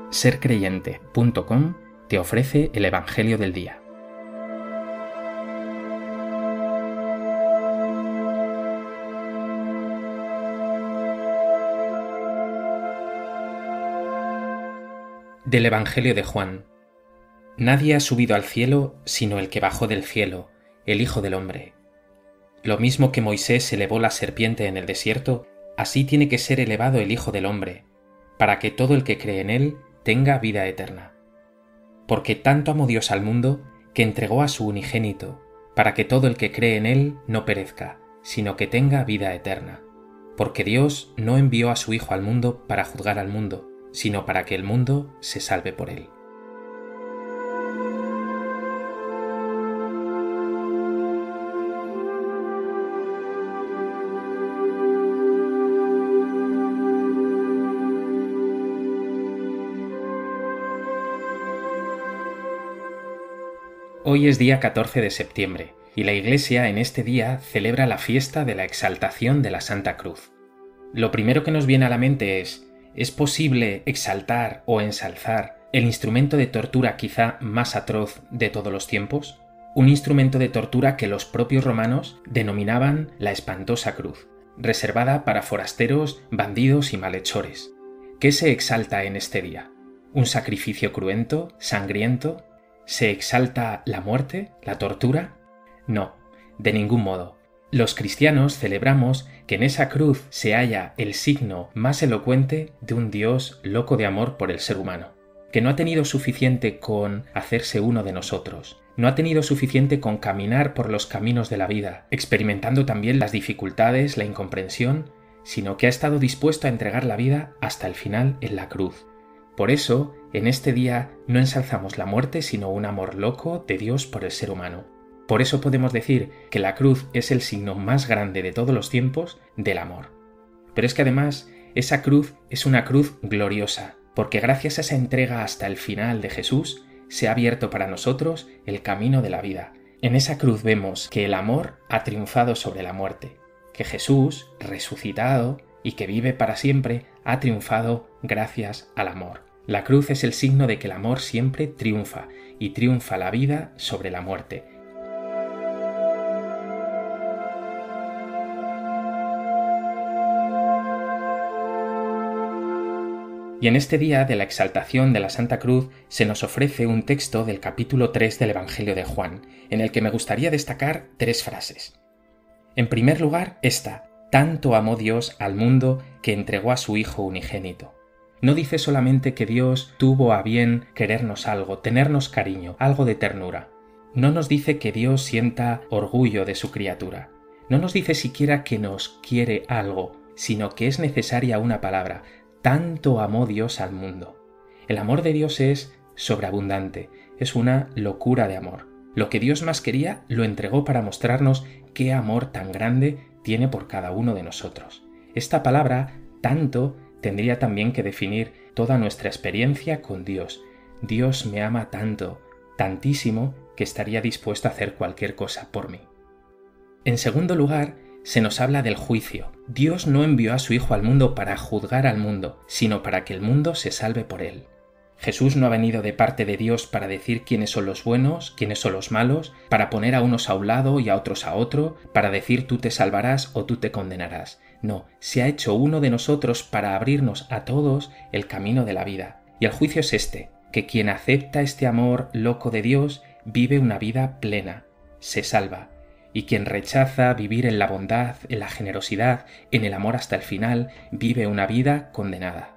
sercreyente.com te ofrece el Evangelio del Día. Del Evangelio de Juan. Nadie ha subido al cielo sino el que bajó del cielo, el Hijo del Hombre. Lo mismo que Moisés elevó la serpiente en el desierto, así tiene que ser elevado el Hijo del Hombre, para que todo el que cree en él tenga vida eterna. Porque tanto amó Dios al mundo, que entregó a su unigénito, para que todo el que cree en él no perezca, sino que tenga vida eterna. Porque Dios no envió a su Hijo al mundo para juzgar al mundo, sino para que el mundo se salve por él. Hoy es día 14 de septiembre y la Iglesia en este día celebra la fiesta de la exaltación de la Santa Cruz. Lo primero que nos viene a la mente ¿es posible exaltar o ensalzar el instrumento de tortura quizá más atroz de todos los tiempos? Un instrumento de tortura que los propios romanos denominaban la espantosa cruz, reservada para forasteros, bandidos y malhechores. ¿Qué se exalta en este día? ¿Un sacrificio cruento, sangriento? ¿Se exalta la muerte, la tortura? No, de ningún modo. Los cristianos celebramos que en esa cruz se halla el signo más elocuente de un Dios loco de amor por el ser humano, que no ha tenido suficiente con hacerse uno de nosotros, no ha tenido suficiente con caminar por los caminos de la vida, experimentando también las dificultades, la incomprensión, sino que ha estado dispuesto a entregar la vida hasta el final en la cruz. Por eso, en este día no ensalzamos la muerte, sino un amor loco de Dios por el ser humano. Por eso podemos decir que la cruz es el signo más grande de todos los tiempos del amor. Pero es que además, esa cruz es una cruz gloriosa, porque gracias a esa entrega hasta el final de Jesús, se ha abierto para nosotros el camino de la vida. En esa cruz vemos que el amor ha triunfado sobre la muerte, que Jesús, resucitado y que vive para siempre, ha triunfado gracias al amor. La cruz es el signo de que el amor siempre triunfa, y triunfa la vida sobre la muerte. Y en este día de la exaltación de la Santa Cruz se nos ofrece un texto del capítulo 3 del Evangelio de Juan, en el que me gustaría destacar 3 frases. En primer lugar, esta: tanto amó Dios al mundo que entregó a su Hijo unigénito. No dice solamente que Dios tuvo a bien querernos algo, tenernos cariño, algo de ternura. No nos dice que Dios sienta orgullo de su criatura. No nos dice siquiera que nos quiere algo, sino que es necesaria una palabra: tanto amó Dios al mundo. El amor de Dios es sobreabundante, es una locura de amor. Lo que Dios más quería lo entregó para mostrarnos qué amor tan grande tiene por cada uno de nosotros. Esta palabra, tanto, tendría también que definir toda nuestra experiencia con Dios. Dios me ama tanto, tantísimo, que estaría dispuesto a hacer cualquier cosa por mí. En segundo lugar, se nos habla del juicio. Dios no envió a su Hijo al mundo para juzgar al mundo, sino para que el mundo se salve por él. Jesús no ha venido de parte de Dios para decir quiénes son los buenos, quiénes son los malos, para poner a unos a un lado y a otros a otro, para decir tú te salvarás o tú te condenarás. No, se ha hecho uno de nosotros para abrirnos a todos el camino de la vida. Y el juicio es este: que quien acepta este amor loco de Dios vive una vida plena, se salva. Y quien rechaza vivir en la bondad, en la generosidad, en el amor hasta el final, vive una vida condenada.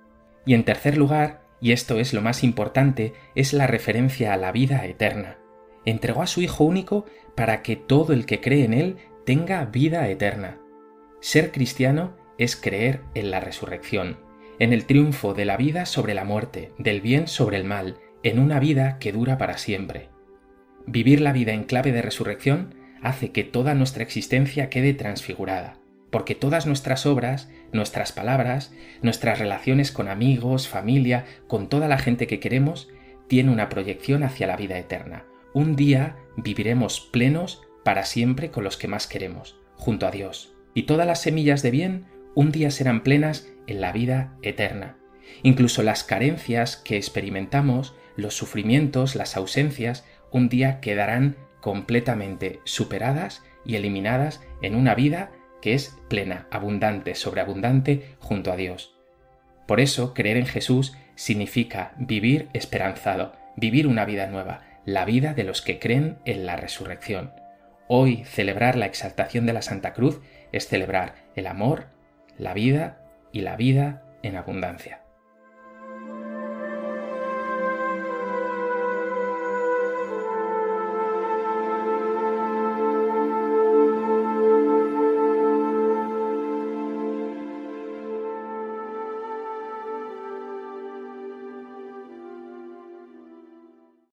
Y en tercer lugar, y esto es lo más importante, es la referencia a la vida eterna. Entregó a su Hijo único para que todo el que cree en él tenga vida eterna. Ser cristiano es creer en la resurrección, en el triunfo de la vida sobre la muerte, del bien sobre el mal, en una vida que dura para siempre. Vivir la vida en clave de resurrección hace que toda nuestra existencia quede transfigurada, porque todas nuestras obras, nuestras palabras, nuestras relaciones con amigos, familia, con toda la gente que queremos, tiene una proyección hacia la vida eterna. Un día viviremos plenos para siempre con los que más queremos, junto a Dios. Y todas las semillas de bien un día serán plenas en la vida eterna. Incluso las carencias que experimentamos, los sufrimientos, las ausencias, un día quedarán completamente superadas y eliminadas en una vida que es plena, abundante, sobreabundante junto a Dios. Por eso, creer en Jesús significa vivir esperanzado, vivir una vida nueva, la vida de los que creen en la resurrección. Hoy, celebrar la exaltación de la Santa Cruz es celebrar el amor, la vida y la vida en abundancia.